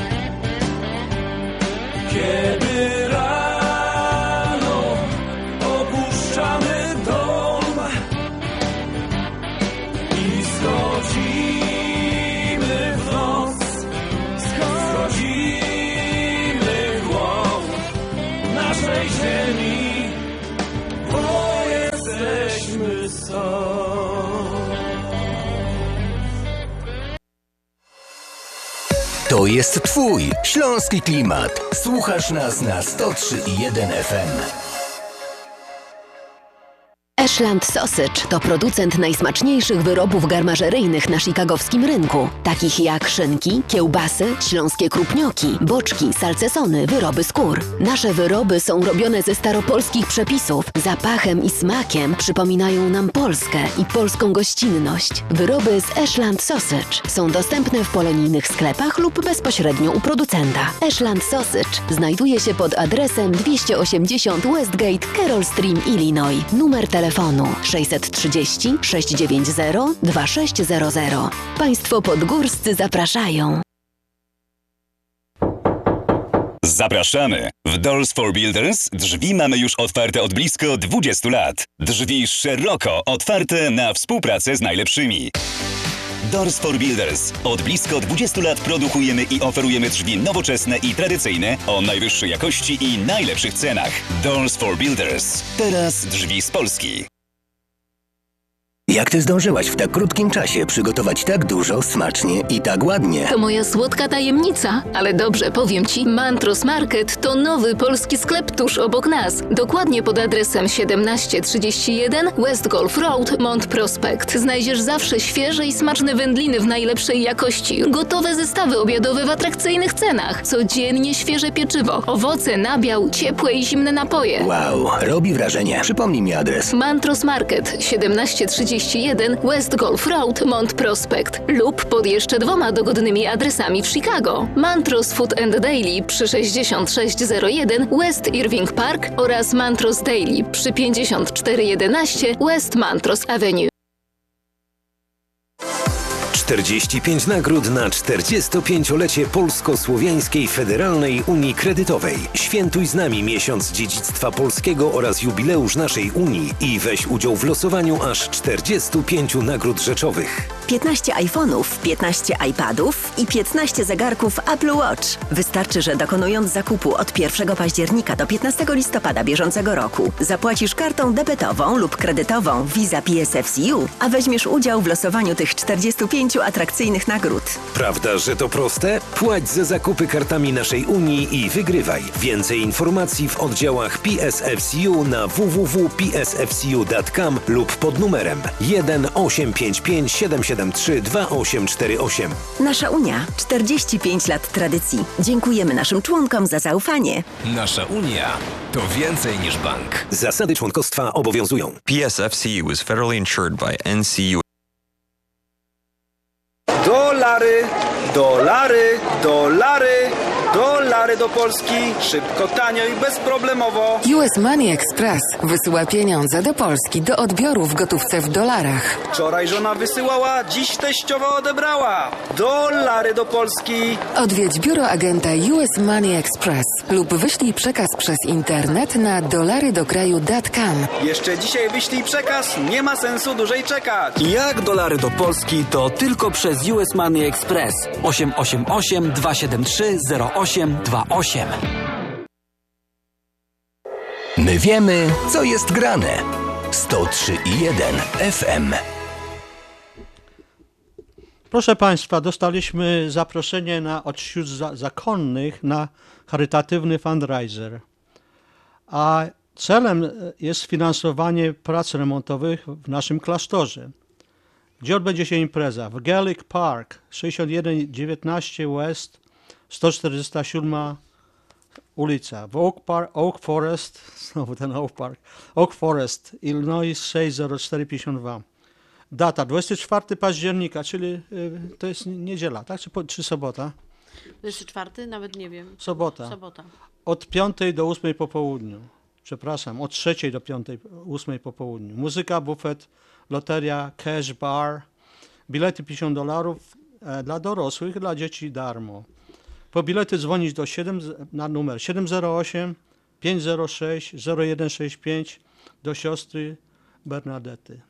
Kiedy rano opuszczamy dom i schodzimy w noc, schodzimy w głąb naszej ziemi, bo jesteśmy stąd. To jest twój śląski klimat. Słuchasz nas na 103,1 FM. Ashland Sausage to producent najsmaczniejszych wyrobów garmażeryjnych na chicagowskim rynku, takich jak szynki, kiełbasy, śląskie krupnioki, boczki, salcesony, wyroby skór. Nasze wyroby są robione ze staropolskich przepisów. Zapachem i smakiem przypominają nam Polskę i polską gościnność. Wyroby z Ashland Sausage są dostępne w polonijnych sklepach lub bezpośrednio u producenta. Ashland Sausage znajduje się pod adresem 280 Westgate, Carroll Stream, Illinois. Numer telefonu 630 690 2600. Państwo podgórscy zapraszają. Zapraszamy! W Doors for Builders drzwi mamy już otwarte od blisko 20 lat. Drzwi szeroko otwarte na współpracę z najlepszymi. Doors for Builders. Od blisko 20 lat produkujemy i oferujemy drzwi nowoczesne i tradycyjne o najwyższej jakości i najlepszych cenach. Doors for Builders. Teraz drzwi z Polski. Jak ty zdążyłaś w tak krótkim czasie przygotować tak dużo, smacznie i tak ładnie? To moja słodka tajemnica, ale dobrze, powiem Ci, Mantros Market to nowy polski sklep tuż obok nas. Dokładnie pod adresem 1731 West Golf Road, Mont Prospect. Znajdziesz zawsze świeże i smaczne wędliny w najlepszej jakości, gotowe zestawy obiadowe w atrakcyjnych cenach, codziennie świeże pieczywo, owoce, nabiał, ciepłe i zimne napoje. Wow, robi wrażenie. Przypomnij mi adres. Mantros Market 1731 West Golf Road, Mont Prospect lub pod jeszcze 2 dogodnymi adresami w Chicago. Mantros Food and Daily przy 6601 West Irving Park oraz Mantros Daily przy 5411 West Mantros Avenue. 45 nagród na 45-lecie Polsko-Słowiańskiej Federalnej Unii Kredytowej. Świętuj z nami miesiąc dziedzictwa polskiego oraz jubileusz naszej Unii i weź udział w losowaniu aż 45 nagród rzeczowych. 15 iPhone'ów, 15 iPadów i 15 zegarków Apple Watch. Wystarczy, że dokonując zakupu od 1 października do 15 listopada bieżącego roku zapłacisz kartą debetową lub kredytową Visa PSFCU, a weźmiesz udział w losowaniu tych 45 atrakcyjnych nagród. Prawda, że to proste? Płać za zakupy kartami naszej Unii i wygrywaj. Więcej informacji w oddziałach PSFCU na www.psfcu.com lub pod numerem 1 855 773 2848. Nasza Unia. 45 lat tradycji. Dziękujemy naszym członkom za zaufanie. Nasza Unia to więcej niż bank. Zasady członkostwa obowiązują. PSFCU is federally insured by NCUA. Dolary, dolary, dolary, dolary do Polski. Szybko, tanio i bezproblemowo. US Money Express wysyła pieniądze do Polski do odbioru w gotówce w dolarach. Wczoraj żona wysyłała, dziś teściowa odebrała. Dolary do Polski. Odwiedź biuro agenta US Money Express lub wyślij przekaz przez internet na dolarydokraju.com. Jeszcze dzisiaj wyślij przekaz, nie ma sensu dłużej czekać. Jak dolary do Polski, to tylko przez US Money Express 888 273 0828. My wiemy, co jest grane. 103,1 FM. Proszę Państwa, dostaliśmy zaproszenie od sióstr zakonnych na charytatywny fundraiser. A celem jest finansowanie prac remontowych w naszym klasztorze. Gdzie odbędzie się impreza? W Gaelic Park, 6119 West, 147 ulica. W Oak Forest, znowu ten Oak Park, Oak Forest, Illinois 60452. Data 24 października, czyli to jest niedziela, tak? Czy sobota? 24? Nawet nie wiem. Sobota. Od 5 do 8 po południu. Przepraszam, od 3 do 5, 8 po południu. Muzyka, bufet, loteria, cash bar, bilety $50 dla dorosłych, dla dzieci darmo. Po bilety dzwonić na numer 708 506 0165 do siostry Bernadety.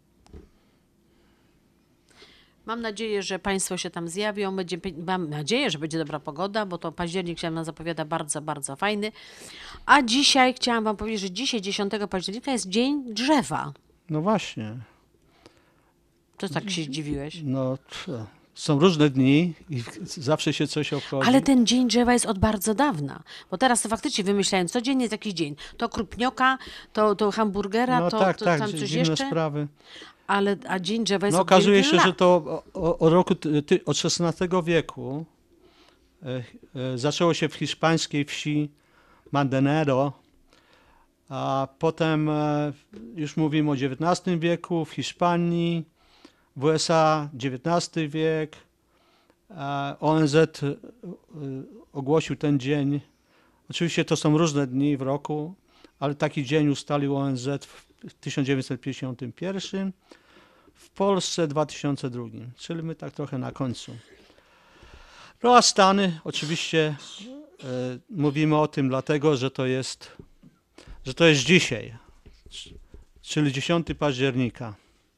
Mam nadzieję, że Państwo się tam zjawią. Mam nadzieję, że będzie dobra pogoda, bo to październik się nam zapowiada bardzo, bardzo fajny. A dzisiaj chciałam Wam powiedzieć, że dzisiaj 10 października jest Dzień Drzewa. No właśnie. To tak się zdziwiłeś? No, są różne dni i zawsze się coś obchodzi. Ale ten Dzień Drzewa jest od bardzo dawna, bo teraz to faktycznie wymyślają, codziennie jest jakiś dzień. To krupnioka, to hamburgera, no to tam coś dziwne jeszcze. Sprawy. A Dzień Drzewa jest No od okazuje się, lat. że to od XVI wieku zaczęło się w hiszpańskiej wsi Mandanero, a potem już mówimy o XIX wieku w Hiszpanii, w USA XIX wiek. ONZ ogłosił ten dzień. Oczywiście to są różne dni w roku, ale taki dzień ustalił ONZ w 1951, w Polsce 2002, czyli my tak trochę na końcu. No a Stany oczywiście mówimy o tym dlatego, że to jest dzisiaj, czyli 10 października.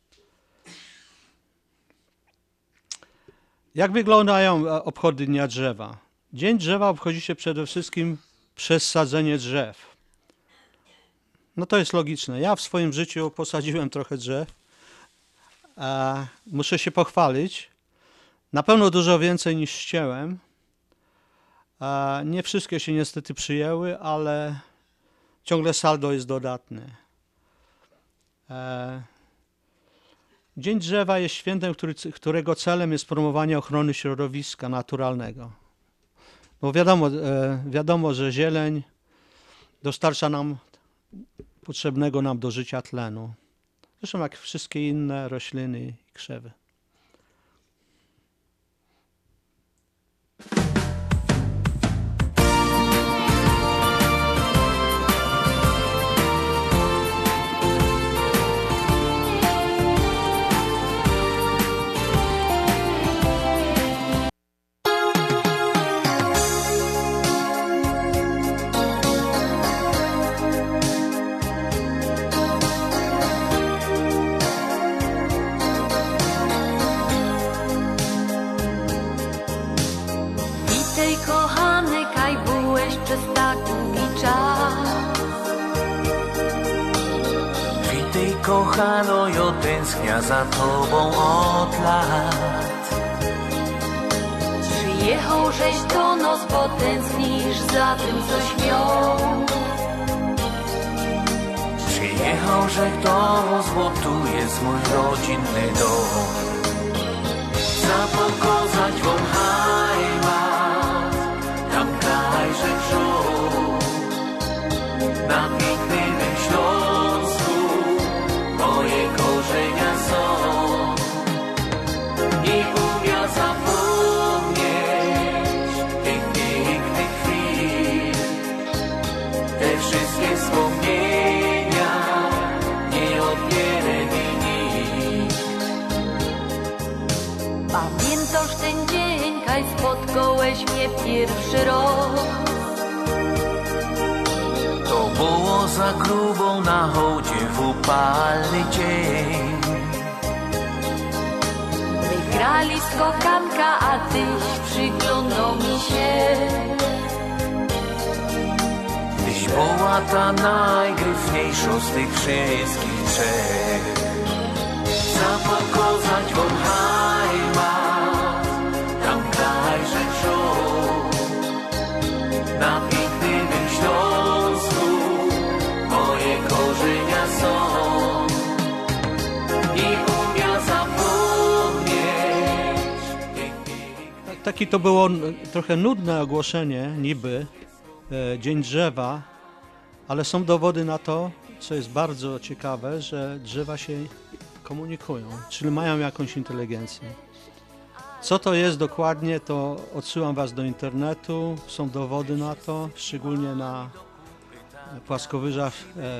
Jak wyglądają obchody Dnia Drzewa? Dzień Drzewa obchodzi się przede wszystkim przez sadzenie drzew. No to jest logiczne. Ja w swoim życiu posadziłem trochę drzew. Muszę się pochwalić. Na pewno dużo więcej niż ścięłem. Nie wszystkie się niestety przyjęły, ale ciągle saldo jest dodatne. Dzień Drzewa jest świętem, którego celem jest promowanie ochrony środowiska naturalnego. Bo wiadomo, że zieleń dostarcza nam potrzebnego nam do życia tlenu. Zresztą jak wszystkie inne rośliny i krzewy. Kochano, ja tęsknia za tobą od lat. Przyjechał żeś do nas, bo tęsknisz za tym, coś miał. Przyjechał żeś do nas, bo tu jest mój rodzinny dom. Zapokazać wam heimat, tam kraj żeś żył. Na pięknym Śląsku moje korzenia są. Nie umiem zapomnieć tych pięknych chwil. Te wszystkie wspomnienia nie odbierze mi nikt. Pamiętasz ten dzień, kaj spotkałeś mnie pierwszy rok? To było za grubą na hołdzie w upalny dzień. My grali skokanka, a tyś przyglądał mi się. Tyś była ta najgryfniejsza z tych wszystkich trzech. Zapokazać wam heimat, tam kraj żeś żył. Na pięknym Śląsku moje korzenia są. Nie umiem zapomnieć. Takie to było trochę nudne ogłoszenie, niby, Dzień Drzewa, ale są dowody na to, co jest bardzo ciekawe, że drzewa się komunikują, czyli mają jakąś inteligencję. Co to jest dokładnie, to odsyłam Was do internetu, są dowody na to, szczególnie na płaskowyżach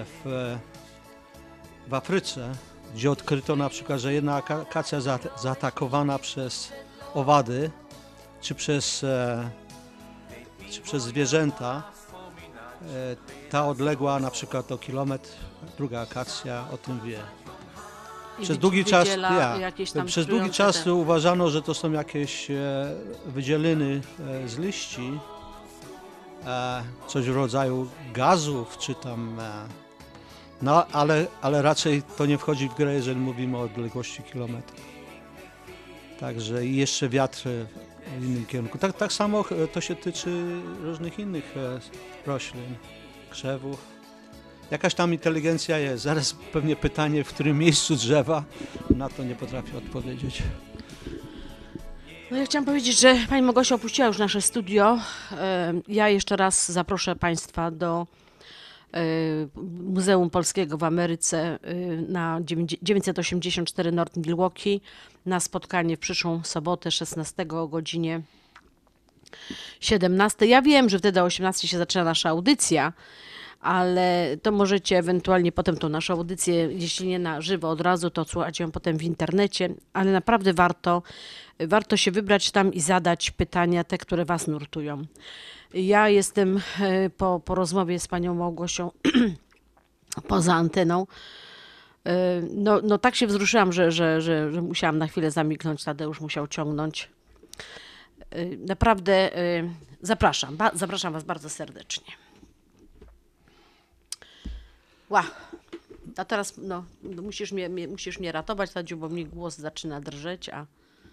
w Afryce, gdzie odkryto na przykład, że jedna akacja zaatakowana przez owady, czy przez zwierzęta, ta odległa na przykład o kilometr, druga akacja o tym wie. Przez długi czas uważano, że to są jakieś wydzieliny z liści, coś w rodzaju gazów, czy tam, no ale raczej to nie wchodzi w grę, jeżeli mówimy o odległości kilometra. Także i jeszcze wiatr w innym kierunku. Tak samo to się tyczy różnych innych roślin, krzewów. Jakaś tam inteligencja jest. Zaraz pewnie pytanie, w którym miejscu drzewa, na to nie potrafię odpowiedzieć. No ja chciałam powiedzieć, że pani Małgosia opuściła już nasze studio. Ja jeszcze raz zaproszę Państwa do Muzeum Polskiego w Ameryce na 984 North Milwaukee na spotkanie w przyszłą sobotę 16 o godzinie 17. Ja wiem, że wtedy o 18 się zaczyna nasza audycja, ale to możecie ewentualnie potem tą naszą audycję, jeśli nie na żywo od razu, to słuchajcie ją potem w internecie, ale naprawdę warto się wybrać tam i zadać pytania, te, które was nurtują. Ja jestem po rozmowie z panią Małgosią poza anteną, no tak się wzruszyłam, że musiałam na chwilę zamilknąć, Tadeusz musiał ciągnąć. Naprawdę zapraszam was bardzo serdecznie. A teraz musisz mnie ratować, Tadziu, bo mi głos zaczyna drżeć, a...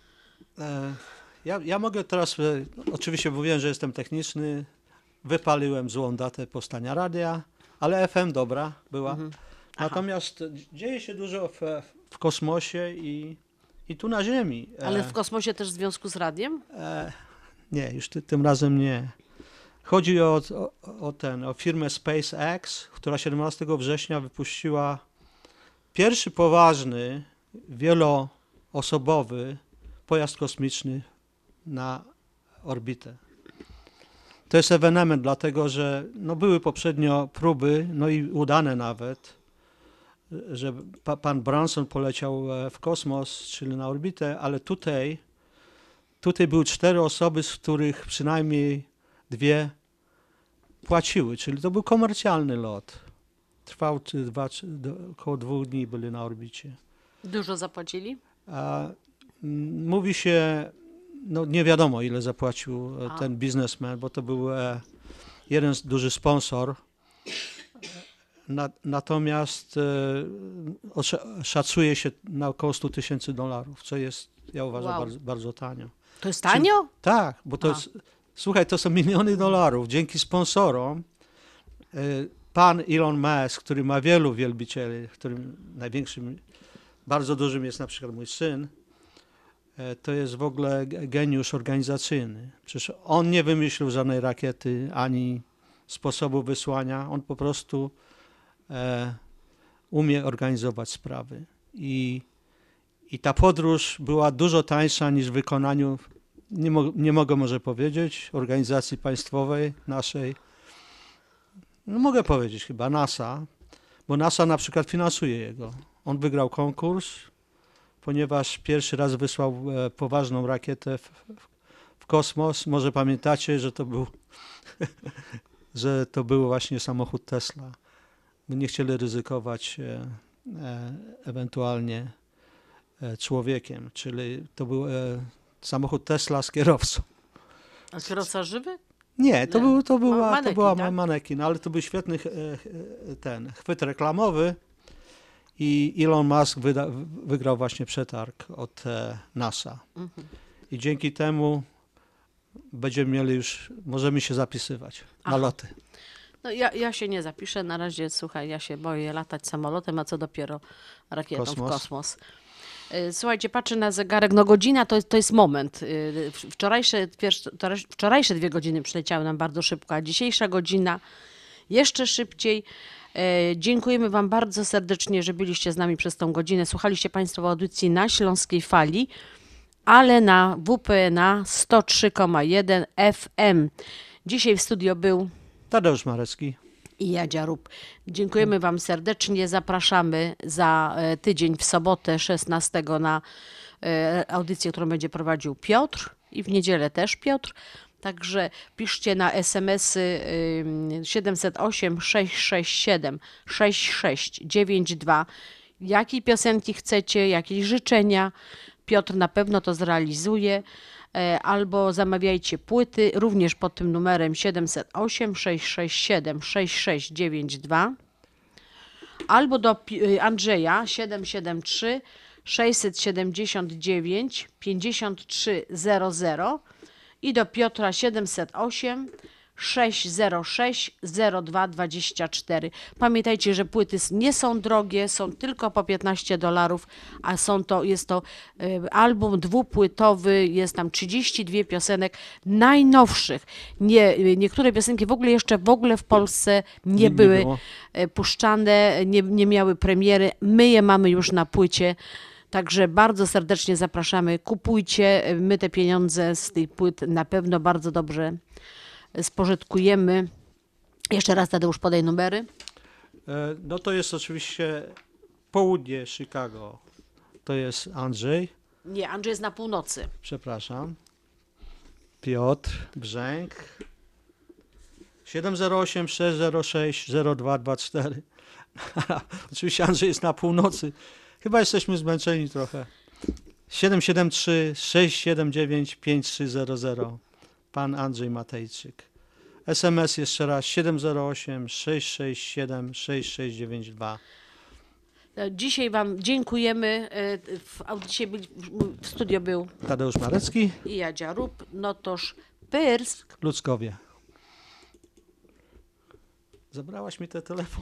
Ja mogę teraz, oczywiście mówiłem, że jestem techniczny, wypaliłem złą datę powstania radia, ale FM dobra była. Natomiast dzieje się dużo w kosmosie i tu na Ziemi. Ale w kosmosie też w związku z radiem? Nie, już tym razem nie. Chodzi o firmę SpaceX, która 17 września wypuściła pierwszy poważny, wieloosobowy pojazd kosmiczny na orbitę. To jest ewenement, dlatego że były poprzednio próby, i udane nawet, że pan Branson poleciał w kosmos, czyli na orbitę, ale tutaj były 4 osoby, z których przynajmniej 2 płaciły, czyli to był komercjalny lot. Trwał około 2 dni byli na orbicie. Dużo zapłacili? Mówi się, nie wiadomo ile zapłacił ten biznesmen, bo to był jeden duży sponsor. Natomiast szacuje się na około $100,000, co jest, ja uważam, bardzo, bardzo tanio. To jest tanio? Tak, bo to jest, słuchaj, to są miliony dolarów. Dzięki sponsorom pan Elon Musk, który ma wielu wielbicieli, którym największym, bardzo dużym jest na przykład mój syn, to jest w ogóle geniusz organizacyjny. Przecież on nie wymyślił żadnej rakiety, ani sposobu wysłania. On po prostu umie organizować sprawy. I ta podróż była dużo tańsza niż w wykonaniu, nie mogę może powiedzieć, organizacji państwowej naszej. Mogę powiedzieć chyba NASA, bo NASA na przykład finansuje jego. On wygrał konkurs, ponieważ pierwszy raz wysłał poważną rakietę w kosmos. Może pamiętacie, że to był właśnie samochód Tesla. Nie chcieli ryzykować ewentualnie człowiekiem, czyli to był samochód Tesla z kierowcą. A kierowca żywy? Nie, to była tak? manekin, ale to był świetny chwyt reklamowy i Elon Musk wygrał właśnie przetarg od NASA. I dzięki temu będziemy mieli już, możemy się zapisywać na loty. No ja się nie zapiszę, na razie, słuchaj, ja się boję latać samolotem, a co dopiero rakietą w kosmos. Słuchajcie, patrzę na zegarek, godzina to jest moment. Wczorajsze 2 godziny przyleciały nam bardzo szybko, a dzisiejsza godzina jeszcze szybciej. Dziękujemy wam bardzo serdecznie, że byliście z nami przez tą godzinę. Słuchaliście państwo audycji na Śląskiej Fali, ale na WPNA 103,1 FM. Dzisiaj w studio był Tadeusz Marecki i Jadzia Rób. Dziękujemy wam serdecznie. Zapraszamy za tydzień w sobotę 16 na audycję, którą będzie prowadził Piotr i w niedzielę też Piotr. Także piszcie na SMS-y 708 667 6692. Jakiej piosenki chcecie, jakieś życzenia. Piotr na pewno to zrealizuje. Albo zamawiajcie płyty również pod tym numerem 708 667 6692. Albo do Andrzeja 773 679 5300 i do Piotra 708 606 0224. Pamiętajcie, że płyty nie są drogie, są tylko po $15, a jest to album dwupłytowy, jest tam 32 piosenek najnowszych. Niektóre piosenki w ogóle w Polsce nie były puszczane, nie miały premiery. My je mamy już na płycie. Także bardzo serdecznie zapraszamy, kupujcie, my te pieniądze z tych płyt na pewno bardzo dobrze spożytkujemy Jeszcze raz, Tadeusz, podaj numery. No to jest oczywiście południe Chicago. To jest Andrzej. Nie, Andrzej jest na północy. Przepraszam. Piotr Brzęk. 708 606 0224. Oczywiście Andrzej jest na północy. Chyba jesteśmy zmęczeni trochę. 773 679 5300. Pan Andrzej Matejczyk. SMS jeszcze raz 708 667 6692. Dzisiaj Wam dziękujemy. Dzisiaj w studio był Tadeusz Marecki i Jadzia Rup. No toż Pyrsk. Luckowie. Zabrałaś mi ten telefon.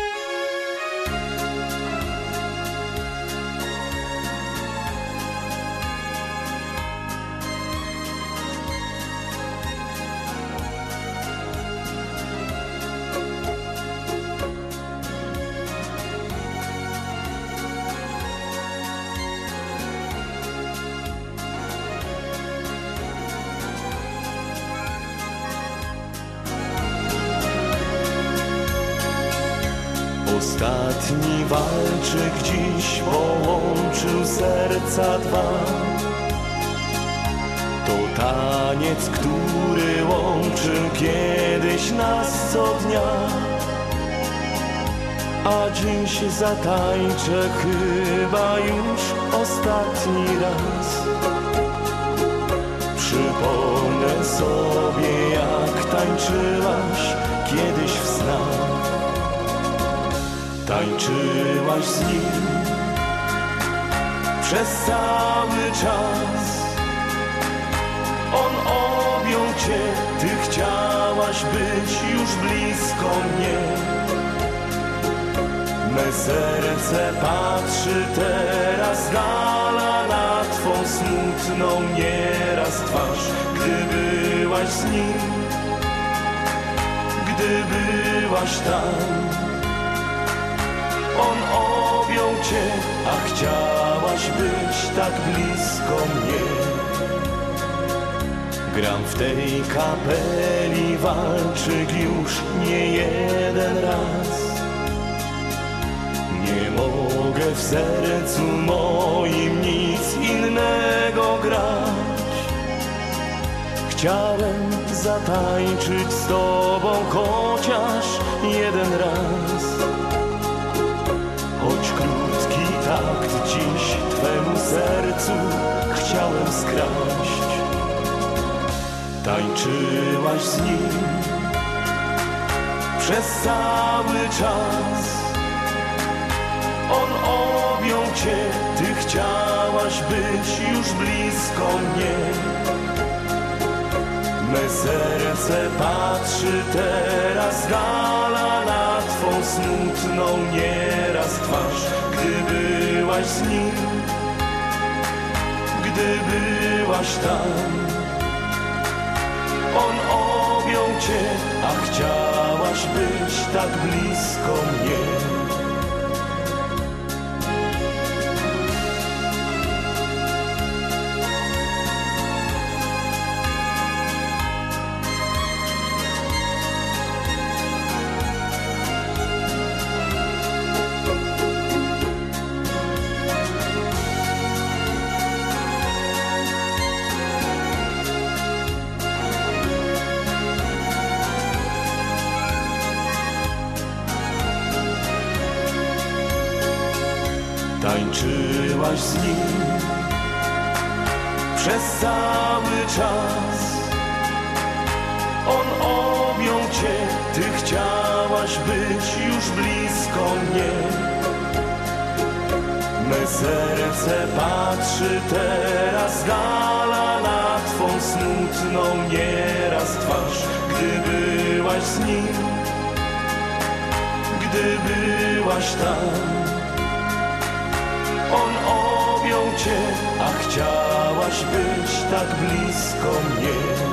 Ostatni walczyk dziś połączył serca dwa. To taniec, który łączył kiedyś nas co dnia. A dziś zatańczę chyba już ostatni raz. Przypomnę sobie, jak tańczyłaś kiedyś w snach. Tańczyłaś z nim przez cały czas. On objął cię, ty chciałaś być już blisko mnie. Me serce patrzy teraz z dala na twą smutną nieraz twarz. Gdy byłaś z nim, gdy byłaś tam, on objął cię, a chciałaś być tak blisko mnie. Gram w tej kapeli, walczyk już nie jeden raz. Nie mogę w sercu moim nic innego grać. Chciałem zatańczyć z tobą chociaż jeden raz. Choć krótki takt dziś twemu sercu chciałem skraść. Tańczyłaś z nim przez cały czas. On objął cię, ty chciałaś być już blisko mnie. Me serce patrzy teraz z dala na twą smutną nieraz twarz. Gdy byłaś z nim, gdy byłaś tam, on objął cię, a chciałaś być tak blisko mnie. Tańczyłaś z nim przez cały czas. On objął cię, ty chciałaś być już blisko mnie. Me serce patrzy teraz z dala na twą smutną nieraz twarz. Gdy byłaś z nim, gdy byłaś tam, on objął cię, a chciałaś być tak blisko mnie.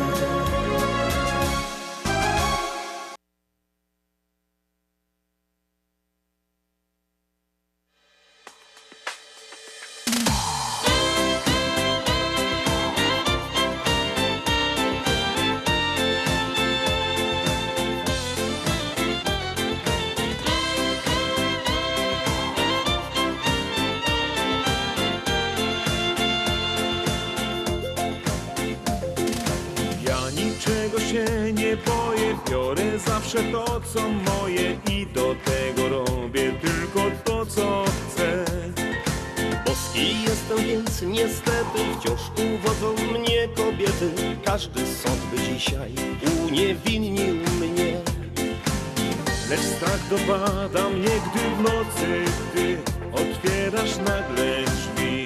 Biorę zawsze to, co moje i do tego robię tylko to, co chcę. Boski jestem, więc niestety wciąż uwodzą mnie kobiety. Każdy sąd by dzisiaj uniewinnił mnie. Lecz strach dopada mnie, gdy w nocy ty otwierasz nagle drzwi.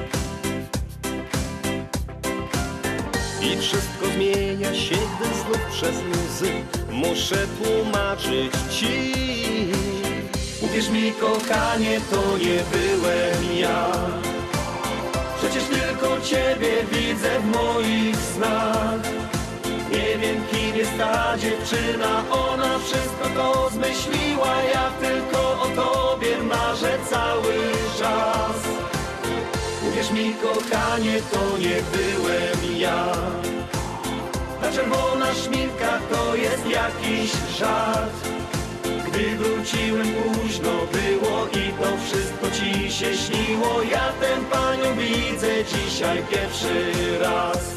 I wszystko zmienia się, gdy znów przez łzy muszę tłumaczyć ci. Uwierz mi, kochanie, to nie byłem ja. Przecież tylko ciebie widzę w moich snach. Nie wiem, kim jest ta dziewczyna, ona wszystko to zmyśliła. Ja tylko o tobie marzę cały czas. Uwierz mi, kochanie, to nie byłem ja. Ta czerwona szminka to jest jakiś żart. Gdy wróciłem późno było i to wszystko ci się śniło. Ja tę panią widzę dzisiaj pierwszy raz.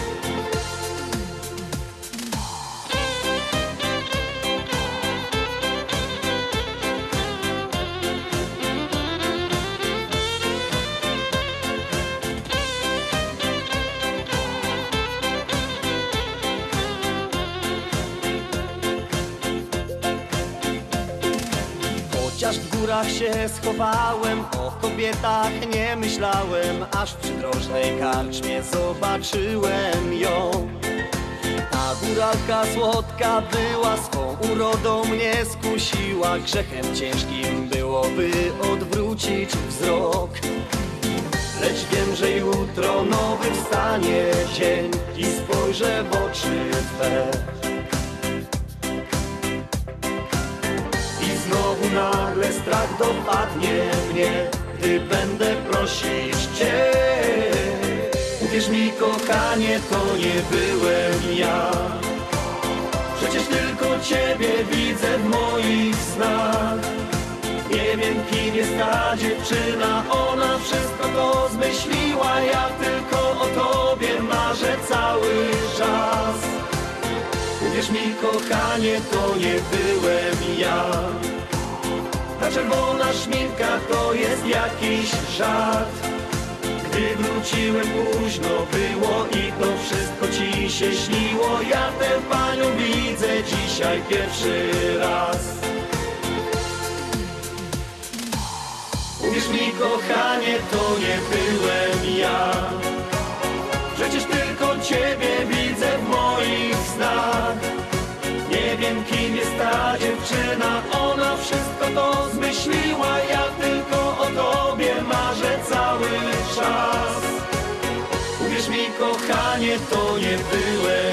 Chociaż w górach się schowałem, o kobietach nie myślałem, aż w przydrożnej karczmie zobaczyłem ją. Ta góralka słodka była, swą urodą mnie skusiła. Grzechem ciężkim byłoby odwrócić wzrok. Lecz wiem, że jutro nowy wstanie dzień i spojrzę w oczy Twe. Znowu nagle strach dopadnie mnie, gdy będę prosić Cię. Uwierz mi, kochanie, to nie byłem ja. Przecież tylko Ciebie widzę w moich snach. Nie wiem, kim jest ta dziewczyna, ona wszystko to zmyśliła. Ja tylko o Tobie marzę cały czas. Uwierz mi, kochanie, to nie byłem ja. Ta czerwona szminka to jest jakiś żart. Gdy wróciłem późno było i to wszystko ci się śniło. Ja tę panią widzę dzisiaj pierwszy raz. Uwierz mi, kochanie, to nie byłem ja. Przecież tylko ciebie widzę w moich snach. Nie wiem, kim jest ta dziewczyna, ona wszystko to zmyśliła. Ja tylko o tobie marzę cały czas. Uwierz mi, kochanie, to nie byłem